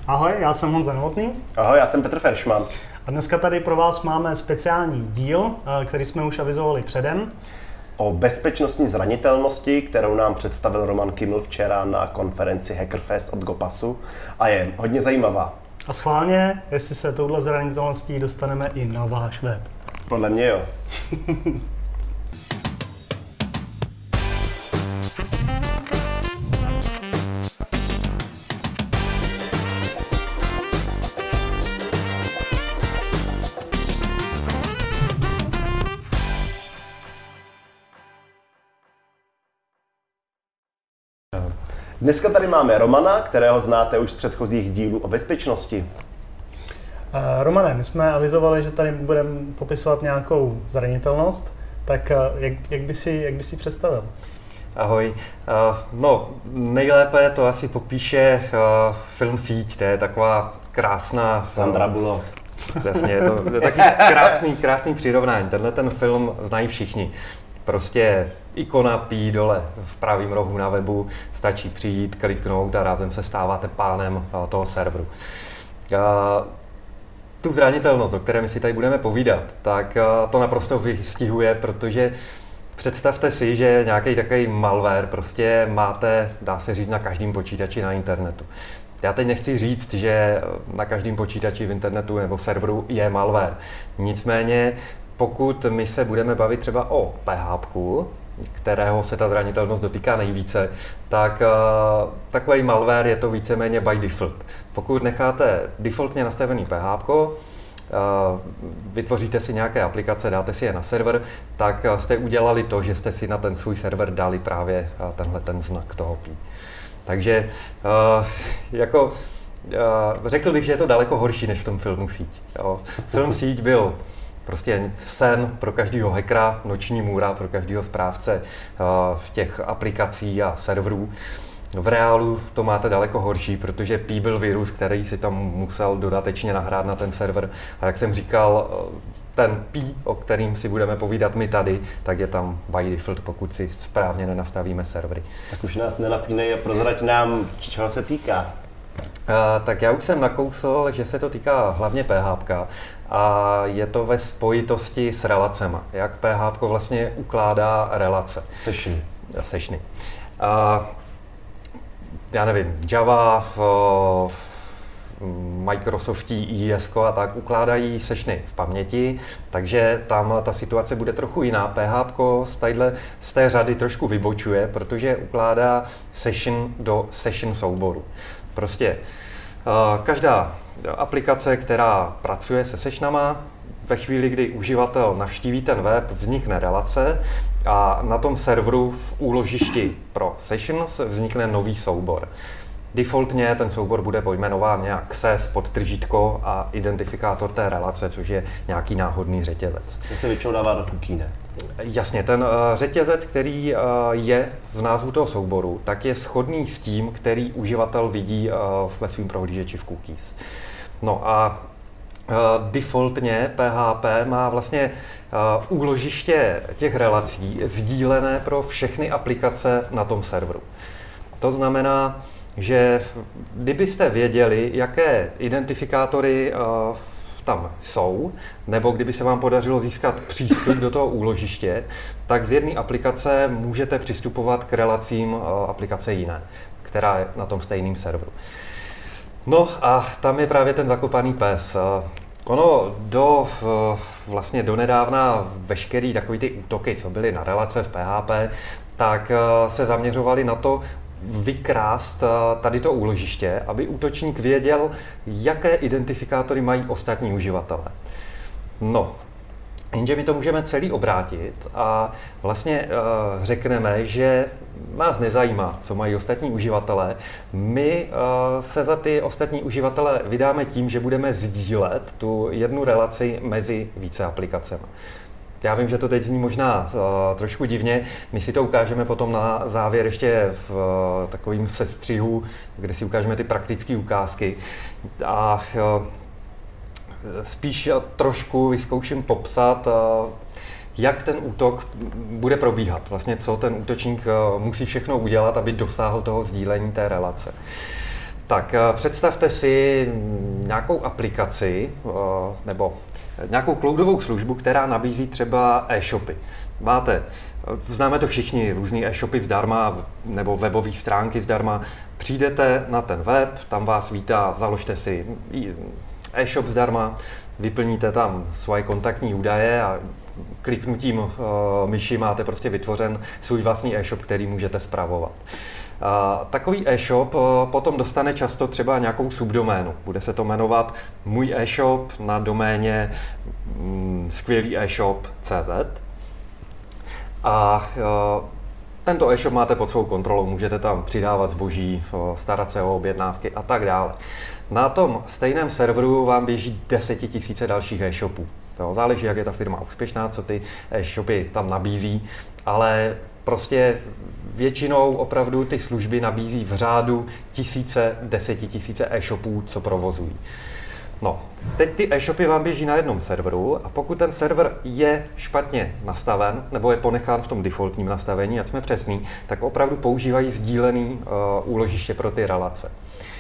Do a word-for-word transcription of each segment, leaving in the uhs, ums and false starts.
Ahoj, já jsem Honza Novotný. Ahoj, já jsem Petr Feršman. A dneska tady pro vás máme speciální díl, který jsme už avizovali předem. O bezpečnostní zranitelnosti, kterou nám představil Roman Kiml včera na konferenci Hackerfest od Gopasu a je hodně zajímavá. A schválně, jestli se touhle zranitelností dostaneme i na váš web. Podle mě jo. Dneska tady máme Romana, kterého znáte už z předchozích dílů o bezpečnosti. Uh, Romane, my jsme avizovali, že tady budeme popisovat nějakou zranitelnost, tak uh, jak, jak, by si, jak by si představil? Ahoj. Uh, no, nejlépe to asi popíše uh, film Síť, to je taková krásná... Sandra Bullock. Jasně, je to je taky krásný, krásný přirovnání. Tenhle ten film znají všichni. Prostě ikona pí dole v pravém rohu na webu, stačí přijít, kliknout a rázem se stáváte pánem toho serveru. Tu zranitelnost, o které my si tady budeme povídat, tak to naprosto vystihuje, protože představte si, že nějaký takový malware prostě máte, dá se říct, na každém počítači na internetu. Já teď nechci říct, že na každém počítači v internetu nebo serveru je malware. Nicméně, pokud my se budeme bavit třeba o P H P ku, kterého se ta zranitelnost dotýká nejvíce, tak uh, takový malware je to víceméně by default. Pokud necháte defaultně nastavený P H P ko, uh, vytvoříte si nějaké aplikace, dáte si je na server, tak jste udělali to, že jste si na ten svůj server dali právě uh, tenhle ten znak toho P. Takže uh, jako uh, řekl bych, že je to daleko horší než v tom filmu Síť. Jo. Film Síť byl prostě sen pro každého hackera, noční můra pro každého správce v těch aplikací a serverů. V reálu to máte daleko horší, protože P byl virus, který si tam musel dodatečně nahrát na ten server. A jak jsem říkal, ten P, o kterým si budeme povídat my tady, tak je tam by default, pokud si správně nenastavíme servery. Tak už nás nenapínej a prozrať nám, čeho se týká. Uh, tak já už jsem nakousl, že se to týká hlavně P H P ka a je to ve spojitosti s relacema. Jak P H P ko vlastně ukládá relace. Sessiony. Sessiony. Uh, já nevím, Java, uh, Microsoftí I S ko a tak ukládají sessiony v paměti, takže tam ta situace bude trochu jiná. P H P ko z, tadyhle, z té řady trošku vybočuje, protože ukládá session do session souboru. Prostě uh, každá aplikace, která pracuje se sessionama, ve chvíli, kdy uživatel navštíví ten web, vznikne relace a na tom serveru v úložišti pro sessions vznikne nový soubor. Defaultně ten soubor bude pojmenován nějak ses, podtržítko a identifikátor té relace, což je nějaký náhodný řetězec. To se většinou dává do cookie, ne? Jasně, ten uh, řetězec, který uh, je v názvu toho souboru, tak je shodný s tím, který uživatel vidí uh, ve svém prohlížeči v cookies. No a uh, defaultně P H P má vlastně uh, úložiště těch relací sdílené pro všechny aplikace na tom serveru. To znamená, že kdybyste věděli, jaké identifikátory uh, tam jsou, nebo kdyby se vám podařilo získat přístup do toho úložiště, tak z jedné aplikace můžete přistupovat k relacím uh, aplikace jiné, která je na tom stejném serveru. No a tam je právě ten zakopaný pes. Uh, ono do, uh, vlastně donedávna veškerý takový ty útoky, co byly na relace v P H P, tak uh, se zaměřovali na to, vykrást tady to úložiště, aby útočník věděl, jaké identifikátory mají ostatní uživatelé. No, jenže my to můžeme celý obrátit a vlastně uh, řekneme, že nás nezajímá, co mají ostatní uživatelé. My uh, se za ty ostatní uživatele vydáme tím, že budeme sdílet tu jednu relaci mezi více aplikacemi. Já vím, že to teď zní možná uh, trošku divně, my si to ukážeme potom na závěr ještě v uh, takovým sestřihu, kde si ukážeme ty praktické ukázky. A uh, spíš uh, trošku vyzkouším popsat, uh, jak ten útok bude probíhat. Vlastně co ten útočník uh, musí všechno udělat, aby dosáhl toho sdílení té relace. Tak představte si nějakou aplikaci nebo nějakou cloudovou službu, která nabízí třeba e-shopy. Máte, známe to všichni, různý e-shopy zdarma nebo webové stránky zdarma. Přijdete na ten web, tam vás vítá, založte si e-shop zdarma, vyplníte tam svoje kontaktní údaje a kliknutím uh, myši máte prostě vytvořen svůj vlastní e-shop, který můžete spravovat. Uh, takový e-shop uh, potom dostane často třeba nějakou subdoménu. Bude se to jmenovat můj e-shop na doméně um, skvělý e-shop tečka cé zet. A uh, tento e-shop máte pod svou kontrolou, můžete tam přidávat zboží, uh, starat se o objednávky a tak dále. Na tom stejném serveru vám běží desetitisíce dalších e-shopů. To záleží, jak je ta firma úspěšná, co ty e-shopy tam nabízí, ale prostě většinou opravdu ty služby nabízí v řádu tisíce, desetitisíce e-shopů, co provozují. No, teď ty e-shopy vám běží na jednom serveru a pokud ten server je špatně nastaven nebo je ponechán v tom defaultním nastavení, jak jsme přesní, tak opravdu používají sdílený uh, úložiště pro ty relace.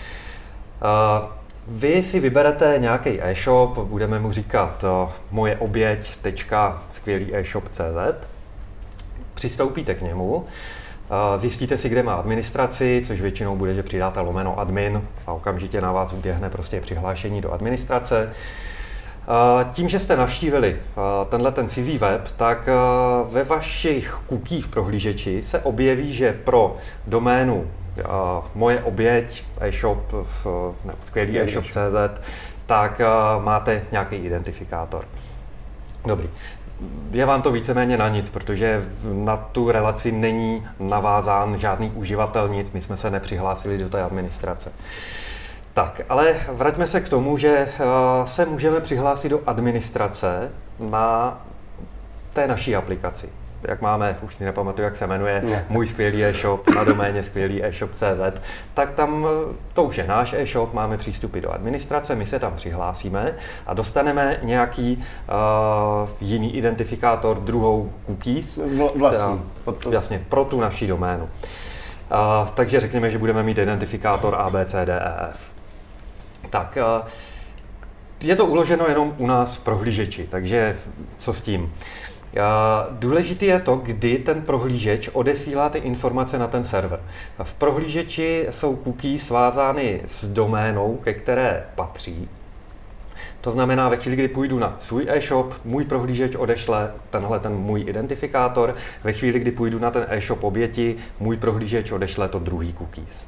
Uh, Vy si vyberete nějaký e-shop, budeme mu říkat uh, moje oběť tečka skvělý e-shop tečka cé zet, přistoupíte k němu, uh, zjistíte si, kde má administraci, což většinou bude, že přidáte lomeno admin a okamžitě na vás uběhne prostě přihlášení do administrace. Uh, tím, že jste navštívili uh, tenhle ten cizí web, tak uh, ve vašich cookies v prohlížeči se objeví, že pro doménu Uh, moje oběť, e-shop, uh, ne, skvělý e-shop tečka cé zet, tak uh, máte nějaký identifikátor. Dobrý. Je vám to víceméně na nic, protože na tu relaci není navázán žádný uživatel nic, my jsme se nepřihlásili do té administrace. Tak, ale vraťme se k tomu, že uh, se můžeme přihlásit do administrace na té naší aplikaci. Jak máme, už si nepamatuju, jak se jmenuje, ne. můj skvělý e-shop na doméně skvělý e-shop tečka cé zet, tak tam to už je náš e-shop, máme přístupy do administrace, my se tam přihlásíme a dostaneme nějaký uh, jiný identifikátor, druhou cookies. Vlastní. Která, jasně, pro tu naší doménu. Uh, takže řekněme, že budeme mít identifikátor A B C D E F. Tak, uh, je to uloženo jenom u nás v prohlížeči, takže co s tím? Důležité je to, kdy ten prohlížeč odesílá ty informace na ten server. V prohlížeči jsou cookies svázány s doménou, ke které patří. To znamená, ve chvíli, kdy půjdu na svůj e-shop, můj prohlížeč odešle tenhle ten můj identifikátor. Ve chvíli, kdy půjdu na ten e-shop oběti, můj prohlížeč odešle to druhý cookies.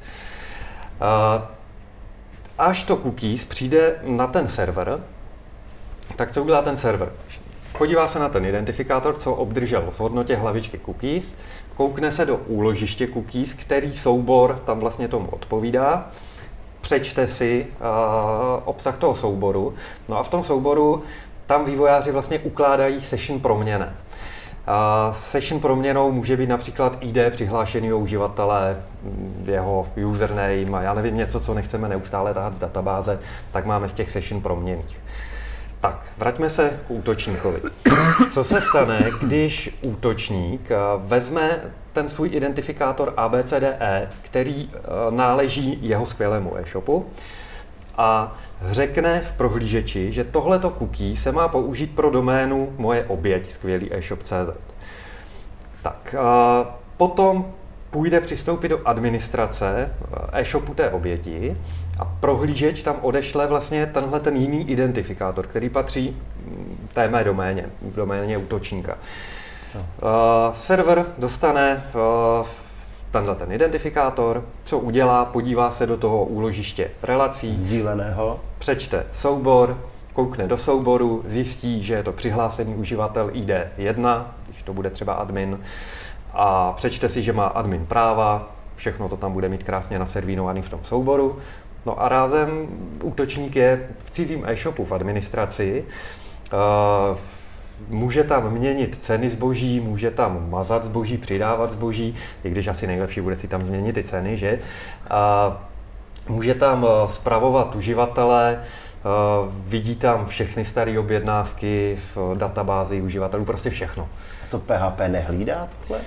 Až to cookies přijde na ten server, tak co udělá ten server? Podívá se na ten identifikátor, co obdržel v hodnotě hlavičky cookies, koukne se do úložiště cookies, který soubor tam vlastně tomu odpovídá, přečte si uh, obsah toho souboru, no a v tom souboru tam vývojáři vlastně ukládají session proměny. Uh, session proměnou může být například I D přihlášeného uživatele, jeho username a já nevím, něco, co nechceme neustále tahat z databáze, tak máme v těch session proměných. Tak, vraťme se k útočníkovi. Co se stane, když útočník vezme ten svůj identifikátor A B C D E, který náleží jeho skvělému e-shopu, a řekne v prohlížeči, že tohleto cookie se má použít pro doménu moje oběť skvělý e-shop tečka cé zet. Tak, potom půjde přistoupit do administrace e-shopu té oběti a prohlížeč tam odešle vlastně tenhle ten jiný identifikátor, který patří té mé doméně, doméně útočníka. No. Uh, server dostane uh, tenhle ten identifikátor, co udělá, podívá se do toho úložiště relací, sdíleného, přečte soubor, koukne do souboru, zjistí, že je to přihlásený uživatel I D jedna, když to bude třeba admin, a přečte si, že má admin práva, všechno to tam bude mít krásně naservínovaný v tom souboru. No a rázem útočník je v cizím e-shopu v administraci, uh, může tam měnit ceny zboží, může tam mazat zboží, přidávat zboží, i když asi nejlepší bude si tam změnit ty ceny, že? Uh, může tam spravovat uživatele, uh, vidí tam všechny staré objednávky v databázi uživatelů, prostě všechno. A to P H P nehlídá tohle?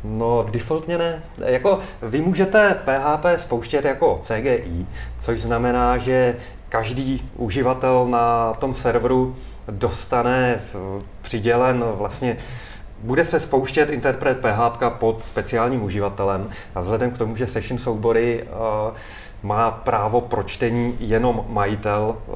No, defaultně ne. Jako, vy můžete P H P spouštět jako C G I, což znamená, že každý uživatel na tom serveru dostane přidělen vlastně, bude se spouštět interpret P H P pod speciálním uživatelem a vzhledem k tomu, že session soubory uh, má právo pro čtení jenom majitel, uh,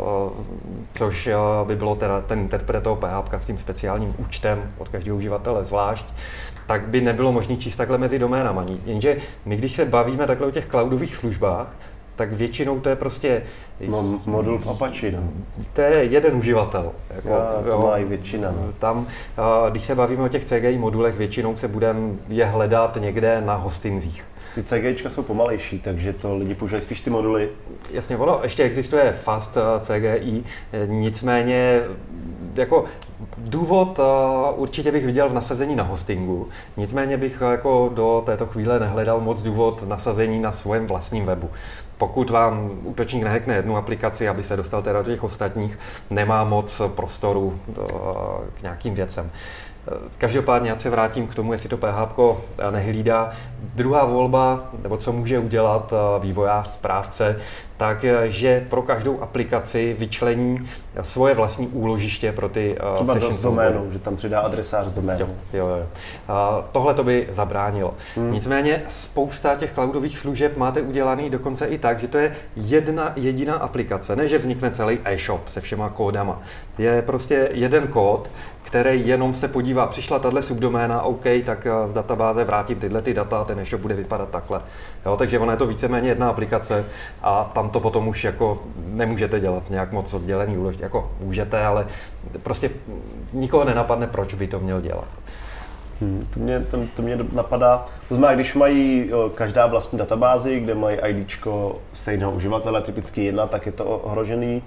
což uh, by bylo teda ten interpret toho P H P s tím speciálním účtem od každého uživatele zvlášť, tak by nebylo možné číst takhle mezi doménama. Jenže my, když se bavíme takhle o těch cloudových službách, tak většinou to je prostě... No, modul v Apache, no. To je jeden uživatel. Jako, Já, to jo, má i většina. No. Tam, když se bavíme o těch C G I modulech, většinou se budeme je hledat někde na hostinzích. Ty CGIčka jsou pomalejší, takže to lidi používají spíš ty moduly. Jasně, ono ještě existuje fast C G I, nicméně jako důvod určitě bych viděl v nasazení na hostingu, nicméně bych jako do této chvíle nehledal moc důvod nasazení na svém vlastním webu. Pokud vám útočník nehackne jednu aplikaci, aby se dostal teda do těch ostatních, nemá moc prostoru k nějakým věcem. Každopádně já se vrátím k tomu, jestli to P H P nehlídá. Druhá volba, nebo co může udělat vývojář, správce, takže pro každou aplikaci vyčlení svoje vlastní úložiště pro ty třeba session s doménou, že tam přidá adresář s doménou. Jo, jo, jo. Tohle to by zabránilo. Hmm. Nicméně spousta těch cloudových služeb máte udělaný dokonce i tak, že to je jedna jediná aplikace, ne že vznikne celý e-shop se všema kódama. Je prostě jeden kód, který jenom se podívá, přišla tahle subdoména, OK, tak z databáze vrátím tyhle ty data a ten e-shop bude vypadat takhle. Jo, takže ona je to víceméně jedna aplikace a tam to potom už jako nemůžete dělat nějak moc oddělený úložiště. Jako můžete, ale prostě nikoho nenapadne, proč by to měl dělat. Hmm, to, mě, to, to mě napadá, to znamená, když mají jo, každá vlastní databázi, kde mají IDčko stejného uživatele, typicky jedna, tak je to ohrožený,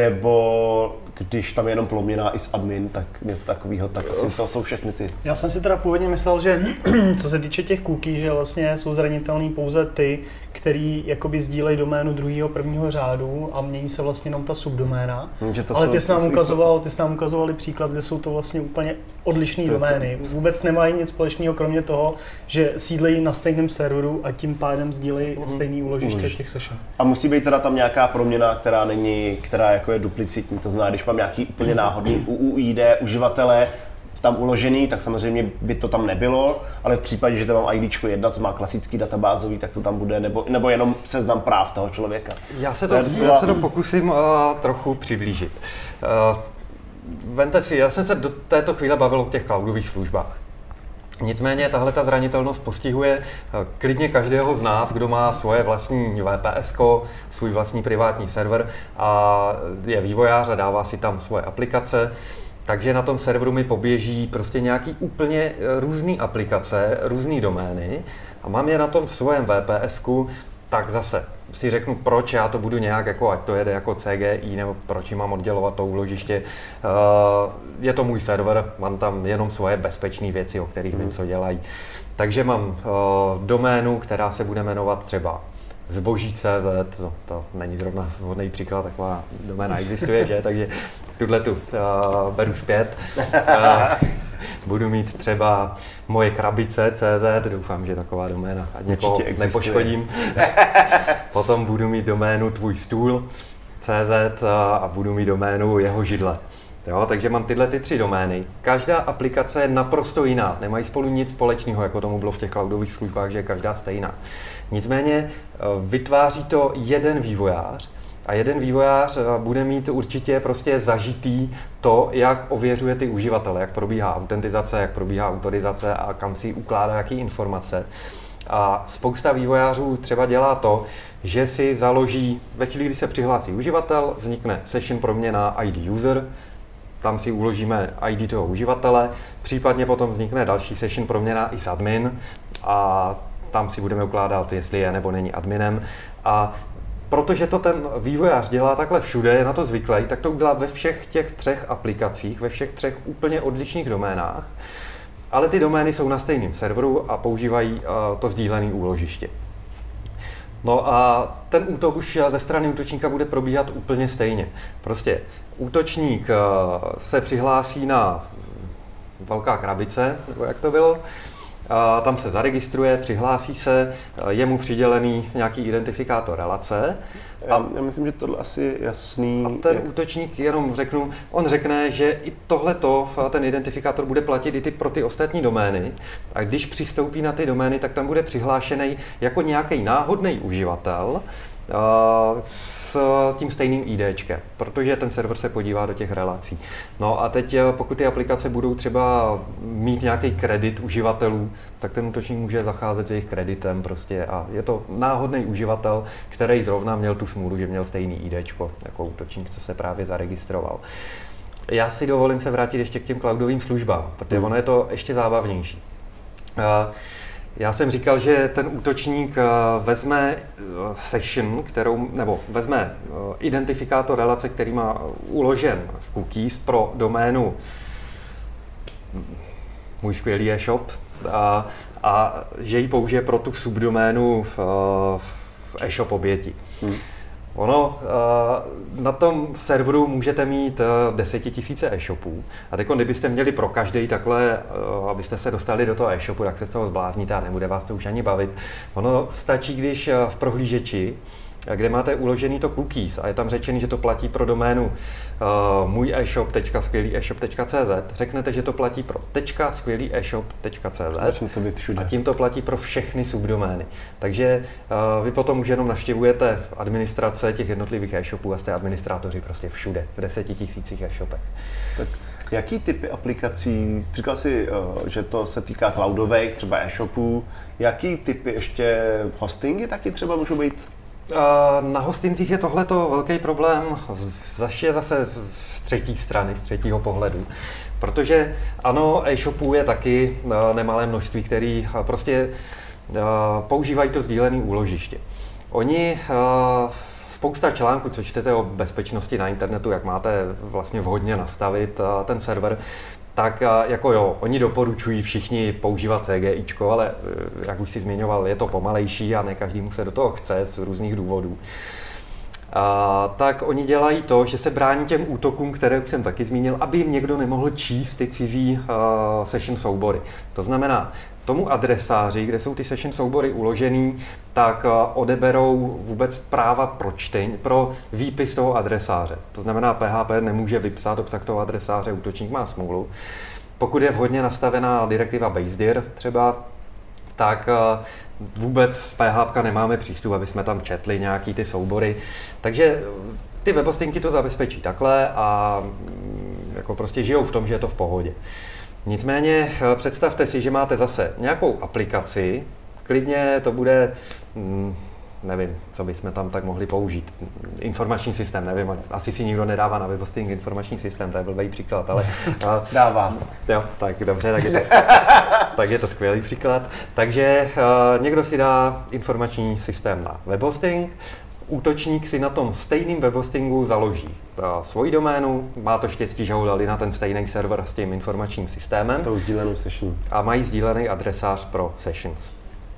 nebo když tam je jenom ploměná i s admin, tak něco takového, tak asi to jsou všechny ty. Já jsem si teda původně myslel, že co se týče těch cookies, že vlastně jsou zranitelný pouze ty, který jakoby sdílejí doménu druhého prvního řádu a mění se vlastně jenom ta subdoména. Ale ty jsi nám ukazoval, ty jsi nám ukazovali příklad, kde jsou to vlastně úplně odlišné domény. Vůbec nemají nic společného, kromě toho, že sídlejí na stejném serveru a tím pádem sdílejí mm-hmm. stejný úložiště těch session. A musí být teda tam nějaká proměna, která není, která jako je duplicitní, to znamená, když mám nějaký úplně náhodný U U I D uživatele tam uložený, tak samozřejmě by to tam nebylo, ale v případě, že tam mám IDčko jedna, to má klasický databázový, tak to tam bude, nebo, nebo jenom seznam práv toho člověka. Já se to, to docela... já se to pokusím uh, trochu přiblížit. Uh, Vemte si, já jsem se do této chvíle bavil o těch cloudových službách. Nicméně tahle ta zranitelnost postihuje klidně každého z nás, kdo má svoje vlastní V P S ko, svůj vlastní privátní server a je vývojář a dává si tam svoje aplikace. Takže na tom serveru mi poběží prostě nějaký úplně různý aplikace, různý domény a mám je na tom svém V P S ku, tak zase si řeknu, proč já to budu nějak, jako ať to jede jako C G I, nebo proč mám oddělovat to úložiště. Uh, je to můj server, mám tam jenom svoje bezpečné věci, o kterých vím, co dělají. Takže mám uh, doménu, která se bude jmenovat třeba zboží tečka cé zet, no, to není zrovna vhodný příklad, taková doména existuje, že? Takže tuhle tu uh, beru zpět. Uh, budu mít třeba moje krabice tečka cé zet, doufám, že taková doména, ať někoho nepoškodím. Potom budu mít doménu tvůj stůl tečka cé zet a, a budu mít doménu jeho židle. Jo, takže mám tyhle ty tři domény. Každá aplikace je naprosto jiná, nemají spolu nic společného, jako tomu bylo v těch cloudových službách, že je každá stejná. Nicméně vytváří to jeden vývojář a jeden vývojář bude mít určitě prostě zažitý to, jak ověřuje ty uživatele, jak probíhá autentizace, jak probíhá autorizace a kam si ukládá jaký informace. A spousta vývojářů třeba dělá to, že si založí, ve chvíli, kdy se přihlásí uživatel, vznikne session proměna I D user, tam si uložíme I D toho uživatele, případně potom vznikne další session proměna i s admin a tam si budeme ukládat, jestli je nebo není adminem. A protože to ten vývojář dělá takhle všude, je na to zvyklý, tak to udělá ve všech těch třech aplikacích, ve všech třech úplně odlišných doménách, ale ty domény jsou na stejném serveru a používají to sdílené úložiště. No a ten útok už ze strany útočníka bude probíhat úplně stejně. Prostě útočník se přihlásí na velká krabice, nebo jak to bylo, a tam se zaregistruje, přihlásí se, je mu přidělený nějaký identifikátor relace. A já myslím, že tohle asi jasný. A ten jak... útočník, jenom řeknu, on řekne, že i tohleto, ten identifikátor bude platit i ty pro ty ostatní domény. A když přistoupí na ty domény, tak tam bude přihlášený jako nějaký náhodný uživatel s tím stejným IDčkem, protože ten server se podívá do těch relací. No a teď, pokud ty aplikace budou třeba mít nějaký kredit uživatelů, tak ten útočník může zacházet s jejich kreditem prostě a je to náhodný uživatel, který zrovna měl tu smůlu, že měl stejný IDčko jako útočník, co se právě zaregistroval. Já si dovolím se vrátit ještě k těm cloudovým službám, protože ono je to ještě zábavnější. Já jsem říkal, že ten útočník vezme session, kterou, nebo vezme identifikátor relace, který má uložen v cookies pro doménu můj skvělý e-shop a, a že ji použije pro tu subdoménu v, v e-shop oběti. Hmm. Ono, na tom serveru můžete mít desetitisíce e-shopů a teď, kdybyste měli pro každý takhle, abyste se dostali do toho e-shopu, tak se z toho zblázníte a nebude vás to už ani bavit. Ono stačí, když v prohlížeči, kde máte uložený to cookies a je tam řečený, že to platí pro doménu uh, můj e-shop tečka skvělý e-shop tečka cé zet, řeknete, že to platí pro skvělý e-shop tečka cé zet a tím to platí pro všechny subdomény. Takže uh, vy potom už jenom navštěvujete administrace těch jednotlivých e-shopů a jste administrátoři prostě všude, v desetitisících e-shopech. Tak jaký typy aplikací, říkal jsi, že to se týká cloudových, třeba e-shopů, jaký typy ještě hostingy taky třeba můžou být? Na hostincích je tohleto velký problém, zaště zase z třetí strany, z třetího pohledu. Protože ano, e-shopů je taky nemalé množství, který prostě používají to sdílené úložiště. Oni, spousta článků, co čtete o bezpečnosti na internetu, jak máte vlastně vhodně nastavit ten server, tak jako jo, oni doporučují všichni používat CGIčko, ale jak už si zmiňoval, je to pomalejší a ne každému se do toho chce z různých důvodů. A, tak oni dělají to, že se brání těm útokům, které už jsem taky zmínil, aby jim někdo nemohl číst ty cizí uh, session soubory. To znamená, tomu adresáři, kde jsou ty session soubory uložený, tak uh, odeberou vůbec práva pro čtení, pro výpis toho adresáře. To znamená, P H P nemůže vypsat obsah toho adresáře, útočník má smůlu. Pokud je vhodně nastavená direktiva basedir třeba, tak vůbec z P H P nemáme přístup, aby jsme tam četli nějaký ty soubory. Takže ty webhostingy to zabezpečí takhle a jako prostě žijou v tom, že je to v pohodě. Nicméně představte si, že máte zase nějakou aplikaci, klidně to bude, nevím, co bychom tam tak mohli použít. Informační systém, nevím, asi si nikdo nedává na webhosting informační systém, to je blbý příklad, ale... Dávám. Jo, tak dobře, tak je to, tak je to skvělý příklad. Takže uh, někdo si dá informační systém na webhosting, útočník si na tom stejným webhostingu založí uh, svoji doménu, má to štěstí, že ho dali na ten stejný server s tím informačním systémem. S tou sdílenou session. A mají sdílený adresář pro sessions.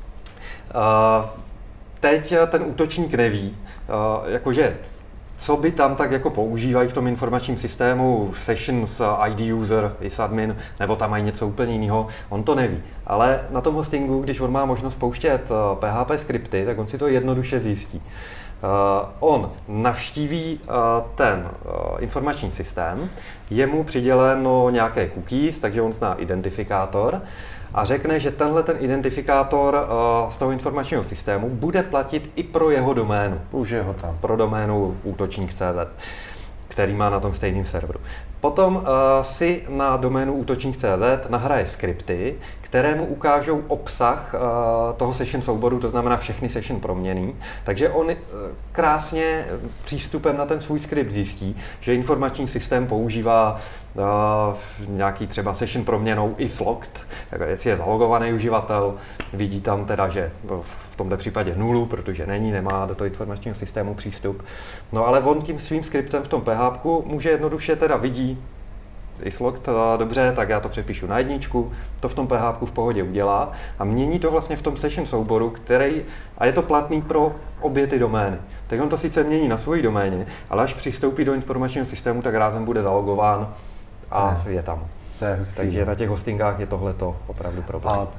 Uh, Teď ten útočník neví, jakože co by tam tak jako používají v tom informačním systému, sessions, I D user, sysadmin, nebo tam mají něco úplně jiného, on to neví. Ale na tom hostingu, když on má možnost pouštět P H P skripty, tak on si to jednoduše zjistí. On navštíví ten informační systém, je mu přiděleno nějaké cookies, takže on zná identifikátor, a řekne, že tenhle ten identifikátor uh, z toho informačního systému bude platit i pro jeho doménu. Použije ho tam. Pro doménu útočník tečka cé zet, který má na tom stejném serveru. Potom uh, si na doménu útočník tečka cé zet nahraje skripty, které mu ukážou obsah uh, toho session souboru, to znamená všechny session proměnný. Takže on uh, krásně přístupem na ten svůj skript zjistí, že informační systém používá uh, nějaký třeba session proměnou islogged, jako jestli je zalogovaný uživatel, vidí tam teda, že v tomto případě nulu, protože není, nemá do toho informačního systému přístup. No ale on tím svým skriptem v tom P H P může jednoduše teda vidí islogged, dobře, tak já to přepíšu na jedničku, to v tom P H P v pohodě udělá a mění to vlastně v tom session souboru, který, a je to platný pro obě ty domény. Tak on to sice mění na svojí doméně, ale až přistoupí do informačního systému, tak rázem bude zalogován a je tam. To je hustý. Takže na těch hostingách je tohleto opravdu problém. A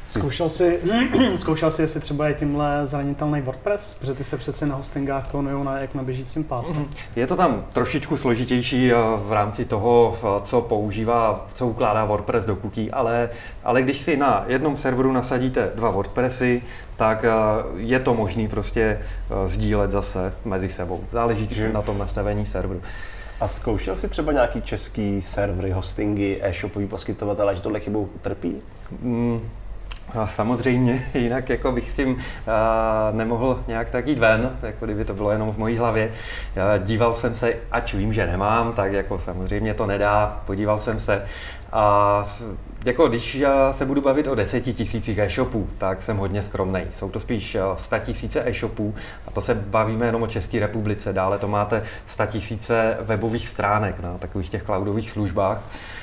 Zkoušel jsi, zkoušel jsi, jestli třeba je tímhle zranitelný WordPress? Protože ty se přece na hostingách klonují na, jak na běžícím pásu. Je to tam trošičku složitější v rámci toho, co používá, co ukládá WordPress do cookie, ale, ale když si na jednom serveru nasadíte dva WordPressy, tak je to možné prostě sdílet zase mezi sebou. Záleží hmm. na tom nastavení serveru. A zkoušel jsi třeba nějaký český servery, hostingy, e-shopový poskytovatele, že tohle chybou trpí? Mm. A samozřejmě, jinak jako bych s tím a, nemohl nějak tak jít ven, jako kdyby to bylo jenom v mojí hlavě. Já díval jsem se, ač vím, že nemám, tak jako samozřejmě to nedá, podíval jsem se. A jako když já se budu bavit o deseti tisících e-shopů, tak jsem hodně skromnej. Jsou to spíš sta tisíce e-shopů a to se bavíme jenom o České republice. Dále to máte sta tisíce webových stránek na takových těch cloudových službách.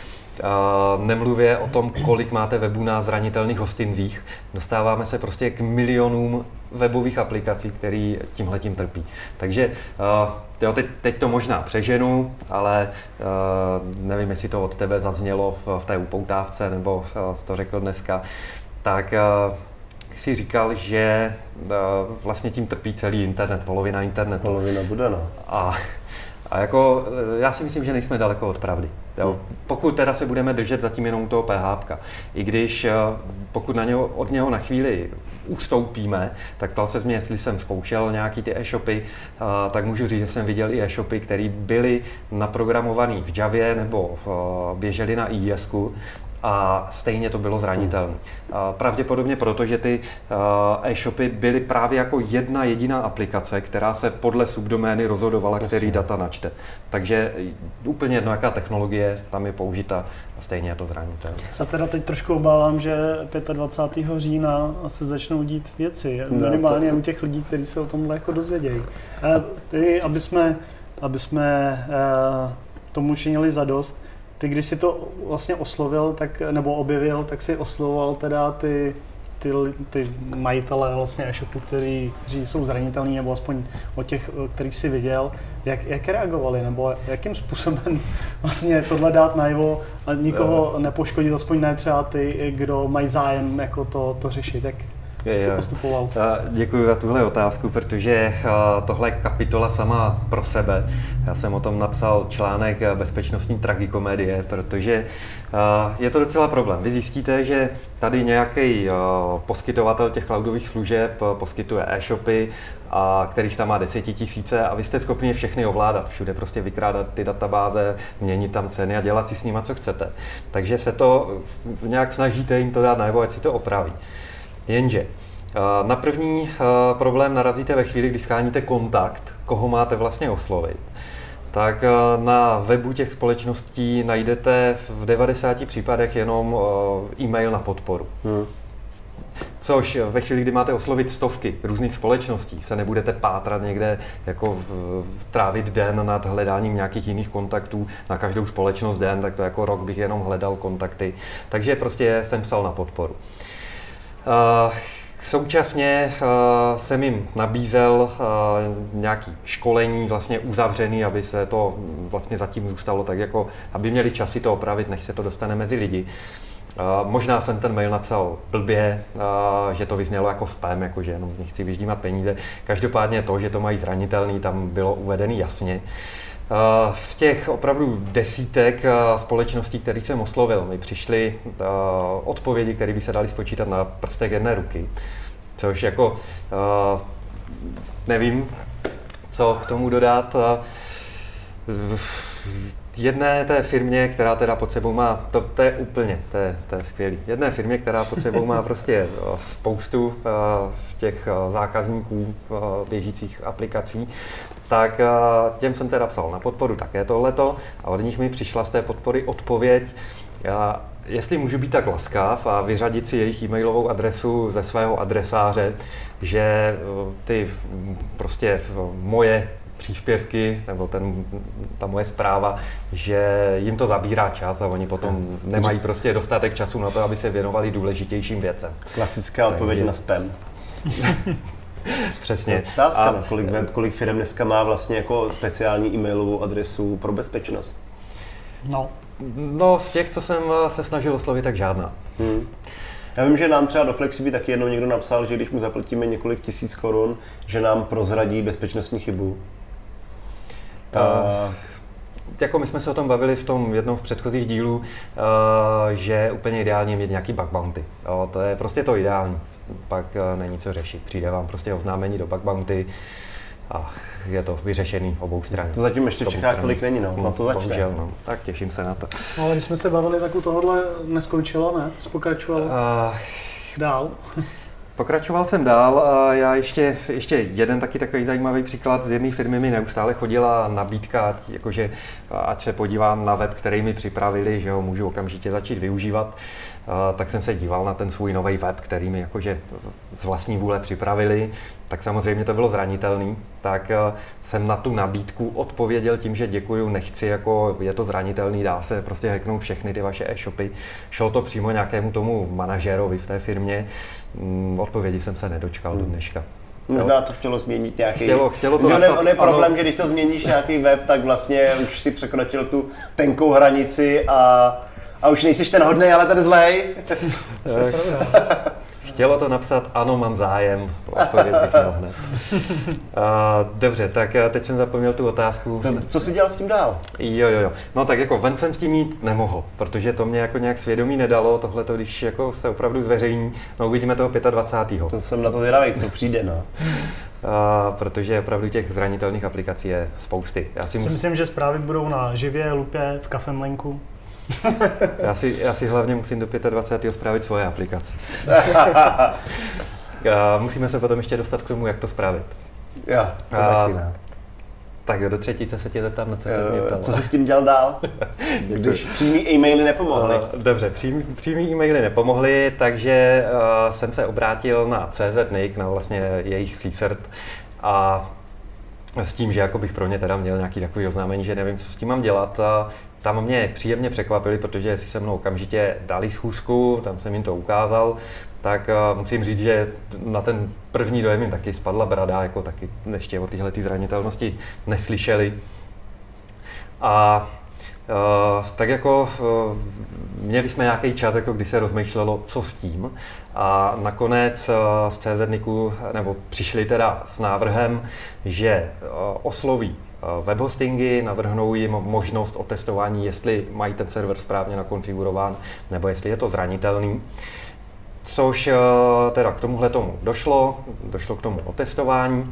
Uh, nemluvě o tom, kolik máte webů na zranitelných hostinzích. Dostáváme se prostě k milionům webových aplikací, které tímhletím trpí. Takže uh, jo, teď, teď to možná přeženu, ale uh, nevím, jestli to od tebe zaznělo v, v té upoutávce, nebo uh, to řekl dneska. Tak uh, si říkal, že uh, vlastně tím trpí celý internet, polovina internetu. Polovina bude, no. A A jako, já si myslím, že nejsme daleko od pravdy. Jo. Pokud teda se budeme držet zatím jenom toho P H P, i když pokud na něho, od něho na chvíli ustoupíme, tak ptal se mě, jestli jsem zkoušel nějaký ty e-shopy, tak můžu říct, že jsem viděl i e-shopy, které byly naprogramované v Javě nebo běžely na I I S ku. A stejně to bylo zranitelné. Pravděpodobně proto, že ty e-shopy byly právě jako jedna jediná aplikace, která se podle subdomény rozhodovala, Prosím. který data načte. Takže úplně jedno, jaká technologie tam je použita, a stejně je to zranitelné. Se teda teď trošku obávám, že dvacátého pátého října se začnou dít věci, minimálně u těch lidí, kteří se o tomhle jako dozvědějí. Ty, aby jsme, aby jsme tomu činili zadost, ty, když si to vlastně oslovil, tak, nebo objevil, tak si oslovoval teda ty, ty, ty majitele vlastně e-shopu, který, kteří jsou zranitelní, nebo aspoň o těch, kterých si viděl. Jak, jak reagovali, nebo jakým způsobem vlastně tohle dát najevo a nikoho nepoškodit, aspoň ne třeba ty, kdo mají zájem jako to, to řešit. Jak, Jak jsi postupoval? Děkuji za tuhle otázku, protože tohle je kapitola sama pro sebe. Já jsem o tom napsal článek Bezpečnostní tragikomedie, protože je to docela problém. Vy zjistíte, že tady nějaký poskytovatel těch cloudových služeb poskytuje e-shopy, a kterých tam má desetitisíce a vy jste schopni všechny ovládat. Všude prostě vykrádat ty databáze, měnit tam ceny a dělat si s nima, co chcete. Takže se to nějak snažíte jim to dát najevo, ať si to opraví. Jenže na první problém narazíte ve chvíli, kdy sháníte kontakt, koho máte vlastně oslovit. Tak na webu těch společností najdete v devadesáti případech jenom e-mail na podporu. Hmm. Což ve chvíli, kdy máte oslovit stovky různých společností, se nebudete pátrat někde, jako trávit den nad hledáním nějakých jiných kontaktů na každou společnost den, tak to jako rok bych jenom hledal kontakty. Takže prostě jsem psal na podporu. Uh, současně uh, jsem jim nabízel uh, nějaké školení vlastně uzavřený, aby se to vlastně zatím zůstalo tak jako, aby měli čas si to opravit, než se to dostane mezi lidi. Uh, možná jsem ten mail napsal blbě, uh, že to vyznělo jako spam, jako že jenom z nich chci vyždímat peníze. Každopádně to, že to mají zranitelný, tam bylo uvedený jasně. Uh, z těch opravdu desítek uh, společností, kterých jsem oslovil, mi přišly uh, odpovědi, které by se daly spočítat na prstech jedné ruky. Což jako uh, nevím, co k tomu dodat. Uh, jedné té firmě, která teda pod sebou má, to, to je úplně, to je, to je skvělý. Jedné firmě, která pod sebou má prostě spoustu uh, těch uh, zákazníků uh, běžících aplikací, tak uh, těm jsem teda psal na podporu také tohleto a od nich mi přišla z té podpory odpověď, uh, jestli můžu být tak laskav a vyřadit si jejich e-mailovou adresu ze svého adresáře, že uh, ty prostě uh, moje příspěvky, nebo ten, ta moje zpráva, že jim to zabírá čas a oni potom nemají prostě dostatek času na to, aby se věnovali důležitějším věcem. Klasická odpověď na spam. Přesně. Otázka, a, kolik, web, kolik firm dneska má vlastně jako speciální e-mailovou adresu pro bezpečnost? No. No, z těch, co jsem se snažil oslovit, tak žádná. Hmm. Já vím, že nám třeba do Flexiby taky jednou někdo napsal, že když mu zaplatíme několik tisíc korun, že nám prozradí bezpečnostní chybu. Ta... Uh, jako my jsme se o tom bavili v tom jednom z předchozích dílů, uh, že úplně ideálně mít nějaký bug bounty. Jo, to je prostě to ideální. Pak uh, není co řešit. Přijde vám prostě oznámení do bug bounty a je to vyřešený obou stran. To zatím ještě v Čechách tolik není, no. Na to začne. Bohužel, no. Tak těším se na to. No, ale když jsme se bavili, tak u tohohle neskončilo, ne? Jsi pokračoval uh, dál. Pokračoval jsem dál a já ještě, ještě jeden taky takový zajímavý příklad. Z jedné firmy mi neustále chodila nabídka, jakože ať se podívám na web, který mi připravili, že ho můžu okamžitě začít využívat. Tak jsem se díval na ten svůj nový web, který mi jakože z vlastní vůle připravili. Tak samozřejmě to bylo zranitelný. Tak jsem na tu nabídku odpověděl tím, že děkuju, nechci, jako je to zranitelný, dá se prostě hacknout všechny ty vaše e-shopy. Šlo to přímo nějakému tomu manažérovi v té firmě. Odpovědi jsem se nedočkal hmm. do dneška. Možná to chtělo změnit nějaký... Chtělo, chtělo to napsat, napsat, on je problém, ano. Že když to změníš nějaký web, tak vlastně už si překročil tu tenkou hranici a, a už nejsiš ten hodnej, ale ten zlej. Chtělo to napsat, ano, mám zájem, odpověď bych měl hned. Uh, dobře, tak teď jsem zapomněl tu otázku. To, co jsi dělal s tím dál? Jo, jo, jo. No tak jako ven jsem s tím jít nemohl, protože to mě jako nějak svědomí nedalo, tohle to, když jako se opravdu zveřejní, no uvidíme toho dvacátého pátého To jsem na to zvědavý, co přijde, no. Uh, protože opravdu těch zranitelných aplikací je spousty. Já si, si myslím, že zprávy budou na živě, lupě, v kafemlenku. já, si, já si hlavně musím do dvacátého pátého spravit svoje aplikace. Musíme se potom ještě dostat k tomu, jak to spravit. Jo, to a, taky ne. Tak do třetice se tě zeptám, na co se mě ptal. Co jsi s tím dělal dál? Když přímý e-maily nepomohly. Dobře, přímý, přímý e-maily nepomohly, takže uh, jsem se obrátil na C Z N I C, na vlastně jejich C cert a s tím, že jako bych pro ně teda měl nějaký takový oznámení, že nevím, co s tím mám dělat. A tam mě příjemně překvapili, protože si se mnou okamžitě dali schůzku, tam jsem jim to ukázal, tak uh, musím říct, že na ten první dojem jim taky spadla brada, jako taky ještě o téhle zranitelnosti neslyšeli. A uh, tak jako uh, měli jsme nějaký čas, jako kdy se rozmýšlelo, co s tím. A nakonec uh, z C Z N I C u, nebo přišli teda s návrhem, že uh, osloví webhostingy, navrhnou jim možnost otestování, jestli mají ten server správně nakonfigurován, nebo jestli je to zranitelný. Což teda k tomuhle tomu došlo, došlo k tomu otestování.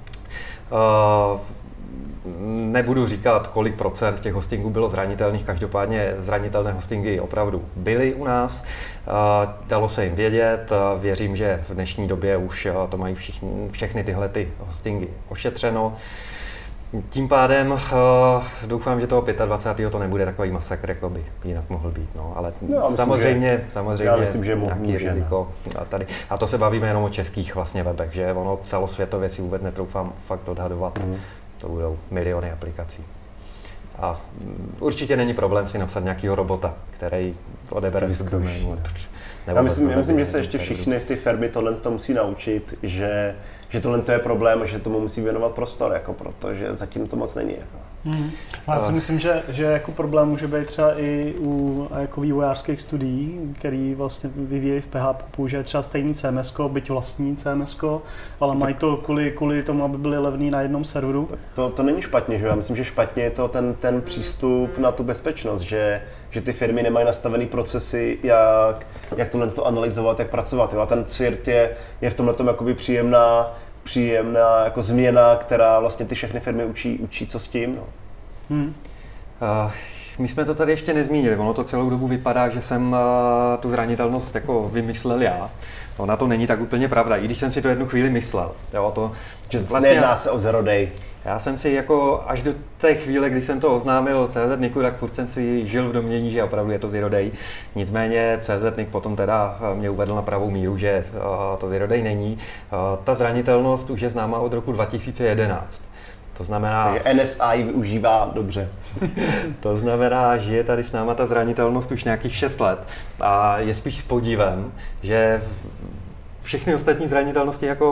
Nebudu říkat, kolik procent těch hostingů bylo zranitelných, každopádně zranitelné hostingy opravdu byly u nás. Dalo se jim vědět, věřím, že v dnešní době už to mají všichni, všechny tyhle ty hostingy ošetřeno. Tím pádem uh, doufám, že toho dvacátého pátého to nebude takový masakr, jako by jinak mohl být, no, ale no, myslím, samozřejmě, že, samozřejmě myslím, že nějaký může, riziko a tady. A to se bavíme jenom o českých vlastně webech, že ono celosvětově si vůbec netroufám fakt odhadovat, mm. to budou miliony aplikací. A určitě není problém si napsat nějakého robota, který odebere subdoménu. Já myslím, já myslím, že se ještě všichni ty firmy tohle to musí naučit, že, že tohle to je problém, že tomu musí věnovat prostor, jako protože zatím to moc není. Jako. Hmm. Já si myslím, že, že jako problém může být třeba i u jako vývojářských studií, který vlastně vyvíjejí v P H P, použije třeba stejný C M S ko, byť vlastní C M S ko, ale mají to kvůli, kvůli tomu, aby byly levný na jednom serveru. To, to není špatně, že? Já myslím, že špatně je to ten, ten přístup na tu bezpečnost, že, že ty firmy nemají nastavený procesy, jak, jak tohle to analyzovat, jak pracovat. Jo? A ten C I R T je, je v tomhle tom jakoby příjemná příjemná jako změna, která vlastně ty všechny firmy učí, učí co s tím. No. Hmm. Uh, my jsme to tady ještě nezmínili, ono to celou dobu vypadá, že jsem uh, tu zranitelnost jako vymyslel já. Ona to není tak úplně pravda, i když jsem si to jednu chvíli myslel. Jo, to, že vlastně nejedná se o zero day. Já jsem si jako až do té chvíle, kdy jsem to oznámil C Z N I C u, tak furt jsem si žil v domnění, že opravdu je to zero day. Nicméně C Z N I C potom teda mě uvedl na pravou míru, že to zero day není. Ta zranitelnost už je známá od roku dva tisíce jedenáct. To znamená... Takže N S A ji využívá dobře. To znamená, že je tady s náma ta zranitelnost už nějakých šest let a je spíš s podívem, že všechny ostatní zranitelnosti jako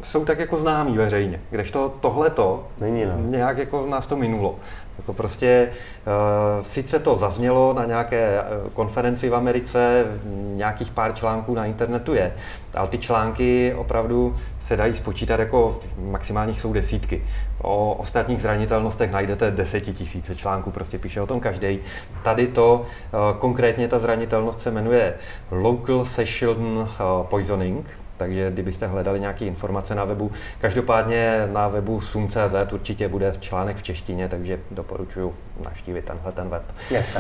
jsou tak jako známí veřejně, kdežto tohleto Není, no. nějak jako nás to minulo. Jako prostě uh, sice to zaznělo na nějaké konferenci v Americe, nějakých pár článků na internetu je, ale ty články opravdu se dají spočítat jako maximálních jsou desítky. O ostatních zranitelnostech najdete desetitisíce článků, prostě píše o tom každý. Tady to, uh, konkrétně ta zranitelnost se jmenuje Local Session uh, Poisoning, takže kdybyste hledali nějaké informace na webu, každopádně na webu sum tečka cé zet určitě bude článek v češtině, takže doporučuji navštívit tenhle ten web.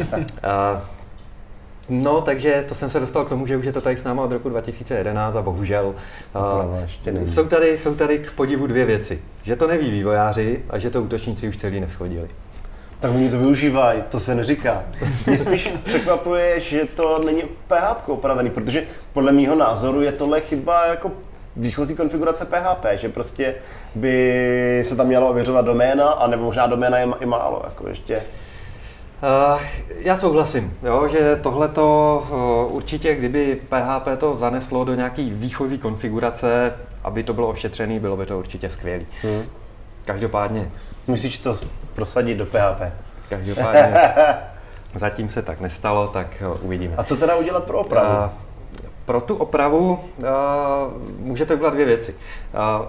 No, takže to jsem se dostal k tomu, že už je to tady s náma od roku dva tisíce jedenáct a bohužel uh, jsou, tady, jsou tady k podivu dvě věci. Že to neví vývojáři a že to útočníci už celý neschodili. Tak oni to využívají, to se neříká. Mě spíš překvapuje, že to není P H P opravený, protože podle mýho názoru je tohle chyba jako výchozí konfigurace P H P, že prostě by se tam mělo ověřovat doména, anebo možná doména je i málo, jako ještě. Uh, já souhlasím, jo, že tohleto uh, určitě, kdyby P H P to zaneslo do nějaký výchozí konfigurace, aby to bylo ošetřený, bylo by to určitě skvělý. Hmm. Každopádně. Musíš to prosadit do P H P. Každopádně. Zatím se tak nestalo, tak uh, uvidíme. A co teda udělat pro opravu? Uh, pro tu opravu uh, můžete udělat dvě věci. Uh,